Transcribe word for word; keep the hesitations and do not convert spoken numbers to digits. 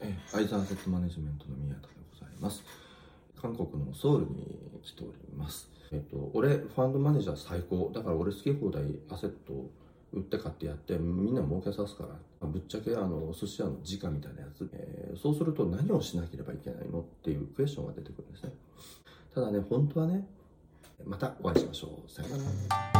えアイザーアセットマネジメントの宮田でございます。韓国のソウルに来ております。えっと、俺、ファンドマネージャー最高。だから俺好き放題アセットを売って買ってやって、みんな儲けさすから、ぶっちゃけあの、寿司屋の時価みたいなやつ、えー、そうすると何をしなければいけないのっていうクエスチョンが出てくるんですね。ただね、本当はね、またお会いしましょう。さよなら。